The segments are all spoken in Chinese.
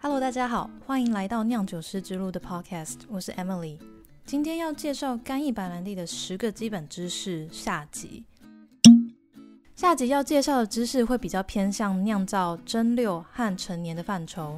Hello， 大家好，欢迎来到酿酒师之路的 Podcast， 我是 Emily。今天要介绍干邑白兰地的10个基本知识下集。下集要介绍的知识会比较偏向酿造、蒸馏和陈年的范畴。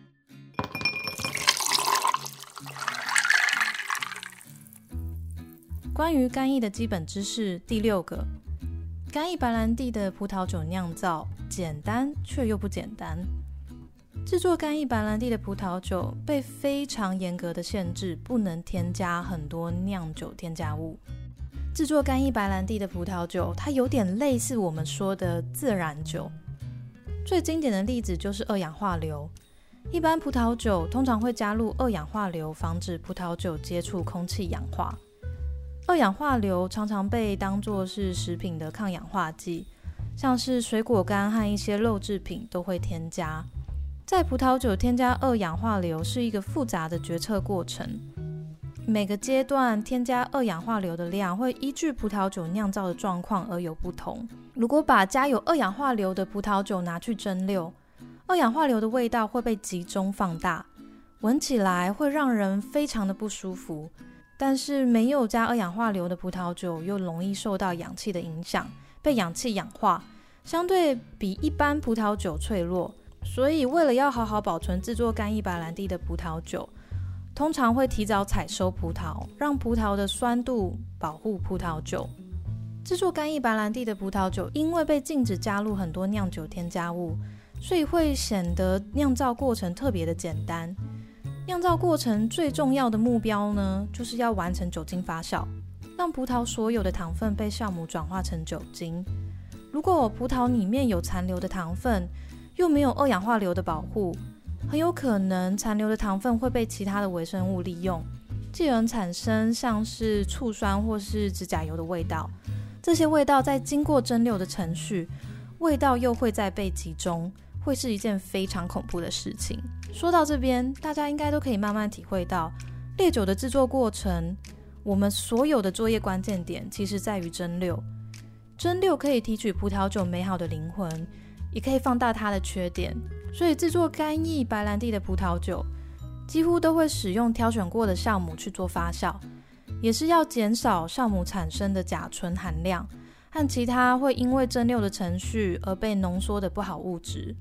关于干邑的基本知识第6个，干邑白兰地的葡萄酒酿造简单却又不简单。制作干邑白兰地的葡萄酒被非常严格的限制，不能添加很多酿酒添加物。制作干邑白兰地的葡萄酒，它有点类似我们说的自然酒。最经典的例子就是二氧化硫。一般葡萄酒通常会加入二氧化硫，防止葡萄酒接触空气氧化。二氧化硫常常被当作是食品的抗氧化剂，像是水果干和一些肉制品都会添加。在葡萄酒添加二氧化硫是一个复杂的决策过程，每个阶段添加二氧化硫的量会依据葡萄酒酿造的状况而有不同。如果把加有二氧化硫的葡萄酒拿去蒸馏，二氧化硫的味道会被集中放大，闻起来会让人非常的不舒服。但是没有加二氧化硫的葡萄酒又容易受到氧气的影响，被氧气氧化，相对比一般葡萄酒脆弱。所以为了要好好保存制作干邑白兰地的葡萄酒，通常会提早采收葡萄，让葡萄的酸度保护葡萄酒。制作干邑白兰地的葡萄酒因为被禁止加入很多酿酒添加物，所以会显得酿造过程特别的简单。酿造过程最重要的目标呢，就是要完成酒精发酵，让葡萄所有的糖分被酵母转化成酒精。如果葡萄里面有残留的糖分，又没有二氧化硫的保护，很有可能残留的糖分会被其他的微生物利用，继而产生像是醋酸或是指甲油的味道。这些味道在经过蒸馏的程序，味道又会再被集中，会是一件非常恐怖的事情。说到这边，大家应该都可以慢慢体会到，烈酒的制作过程，我们所有的作业关键点其实在于蒸馏。蒸馏可以提取葡萄酒美好的灵魂，也可以放大它的缺点，所以制作干邑白兰地的葡萄酒几乎都会使用挑选过的酵母去做发酵，也是要减少酵母产生的甲醇含量和其他会因为蒸馏的程序而被浓缩的不好物质。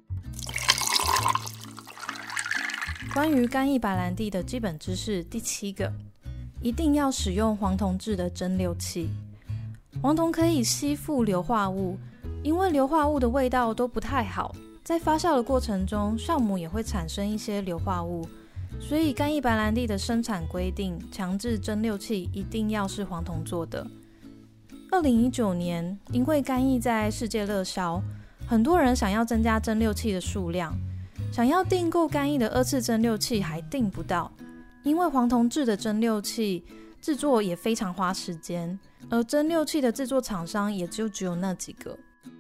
关于干邑白兰地的基本知识第7个，一定要使用黄铜制的蒸馏器。黄铜可以吸附硫化物，因为硫化物的味道都不太好，在发酵的过程中，酵母也会产生一些硫化物，所以干邑白兰地的生产规定强制蒸馏器一定要是黄铜做的。2019年，因为干邑在世界热销，很多人想要增加蒸馏器的数量，想要订购干邑的2次蒸馏器还订不到，因为黄铜制的蒸馏器制作也非常花时间，而蒸馏器的制作厂商也只有那几个。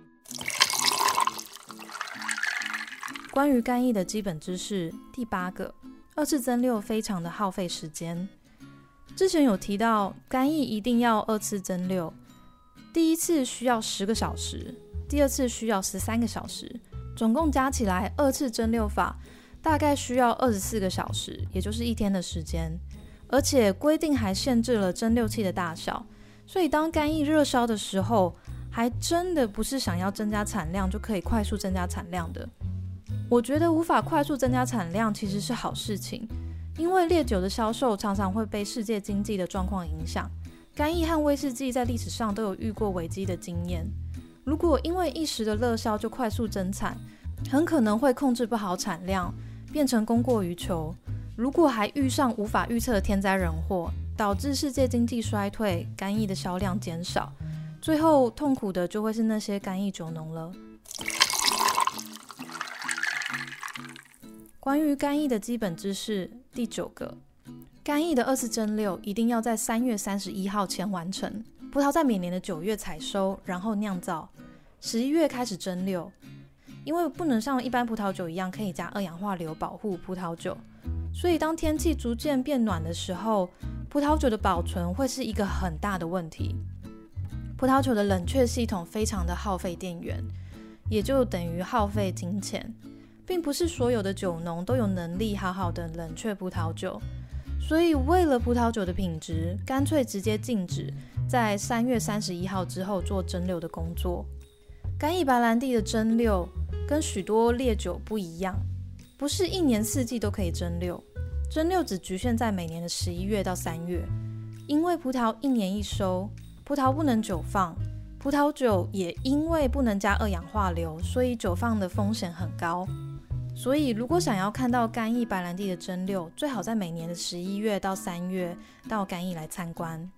关于干邑的基本知识第8个，2次蒸馏非常的耗费时间。之前有提到干邑一定要2次蒸馏，第一次需要10个小时，第二次需要13个小时，总共加起来2次蒸馏法大概需要24个小时，也就是1天的时间。而且规定还限制了蒸馏器的大小，所以当干邑热销的时候，还真的不是想要增加产量就可以快速增加产量的。我觉得无法快速增加产量其实是好事情，因为烈酒的销售常常会被世界经济的状况影响。干邑和威士忌在历史上都有遇过危机的经验，如果因为一时的热销就快速增产，很可能会控制不好产量，变成供过于求。如果还遇上无法预测的天灾人祸，导致世界经济衰退，干邑的销量减少，最后痛苦的就会是那些干邑酒农了。关于干邑的基本知识第9个，干邑的2次蒸馏一定要在3月31号前完成。葡萄在每年的9月采收，然后酿造，11月开始蒸馏。因为不能像一般葡萄酒一样可以加二氧化硫保护葡萄酒，所以当天气逐渐变暖的时候，葡萄酒的保存会是一个很大的问题。葡萄酒的冷却系统非常的耗费电源，也就等于耗费金钱。 并不是所有的酒农都有能力好好的冷却葡萄酒，所以为了葡萄酒的品质，干脆直接禁止在3月31号之后做蒸馏的工作。干邑白兰地的蒸馏跟许多烈酒不一样，不是一年四季都可以蒸馏，蒸馏只局限在每年的11月到3月。因为葡萄一年一收，葡萄不能久放，葡萄酒也因为不能加2氧化硫，所以久放的风险很高。所以如果想要看到干邑白兰地的蒸馏，最好在每年的11月到3月到干邑来参观。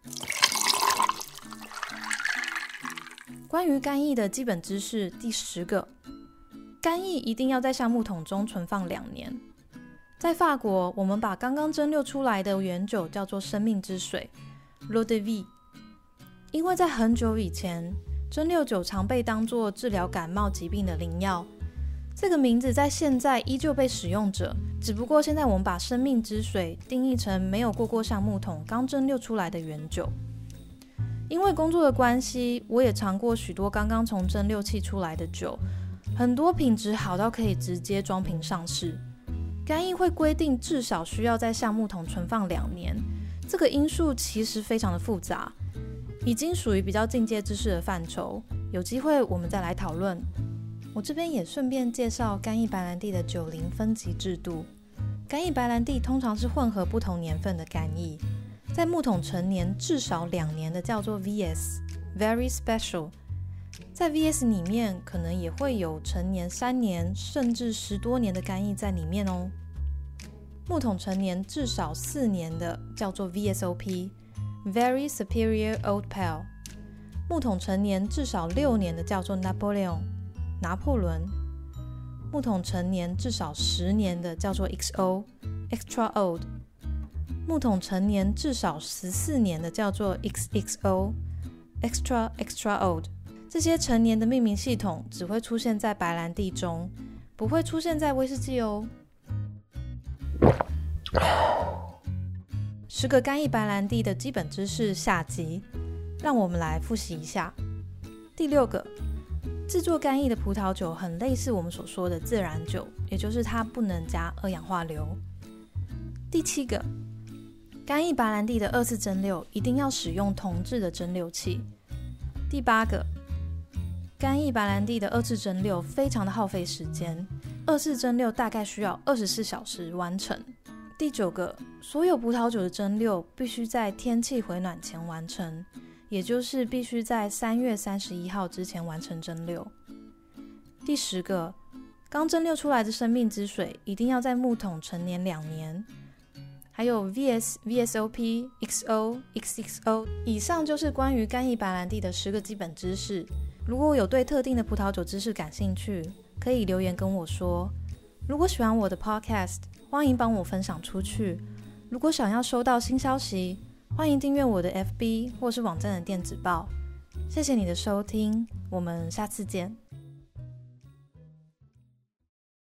关于干邑的基本知识第10个，干邑一定要在橡木桶中存放2年。在法国，我们把刚刚蒸馏出来的原酒叫做生命之水 L'eau de vie， 因为在很久以前，蒸馏酒常被当作治疗感冒疾病的灵药。这个名字在现在依旧被使用着，只不过现在我们把生命之水定义成没有过橡木桶刚蒸馏出来的原酒。因为工作的关系，我也尝过许多刚刚从蒸馏器出来的酒，很多品质好到可以直接装瓶上市。干邑会规定至少需要在橡木桶存放2年，这个因素其实非常的复杂，已经属于比较进阶知识的范畴，有机会我们再来讨论。我这边也顺便介绍干邑白兰地的酒龄分级制度。干邑白兰地通常是混合不同年份的干邑，在木桶陈年至少2年的叫做 VS Very Special， 在 VS 里面可能也会有陈年3年甚至10多年的干邑在里面哦。木桶陈年至少4年的叫做 VSOP Very Superior Old Pale， 木桶陈年至少6年的叫做 Napoleon 拿破仑，木桶陈年至少10年的叫做 XO Extra Old， 木桶陈年至少14年的叫做 XXO Extra Extra Old。 这些陈年的命名系统只会出现在白兰地中，不会出现在威士忌哦。10个干邑白兰地的基本知识下集，让我们来复习一下。第6个，制作干邑的葡萄酒很类似我们所说的自然酒，也就是它不能加2氧化硫。第7个，干邑白兰地的2次蒸馏一定要使用铜制的蒸馏器。第8个，干邑白兰地的2次蒸馏非常的耗费时间，2次蒸馏大概需要24小时完成。第9个，所有葡萄酒的蒸馏必须在天气回暖前完成，也就是必须在3月31号之前完成蒸馏。第10个，刚蒸馏出来的生命之水一定要在木桶陈年2年。还有 VS、VSOP、XO、XXO。 以上就是关于干邑白兰地的10个基本知识。如果有对特定的葡萄酒知识感兴趣，可以留言跟我说。如果喜欢我的 podcast， 欢迎帮我分享出去。如果想要收到新消息，欢迎订阅我的 FB 或是网站的电子报。谢谢你的收听，我们下次见。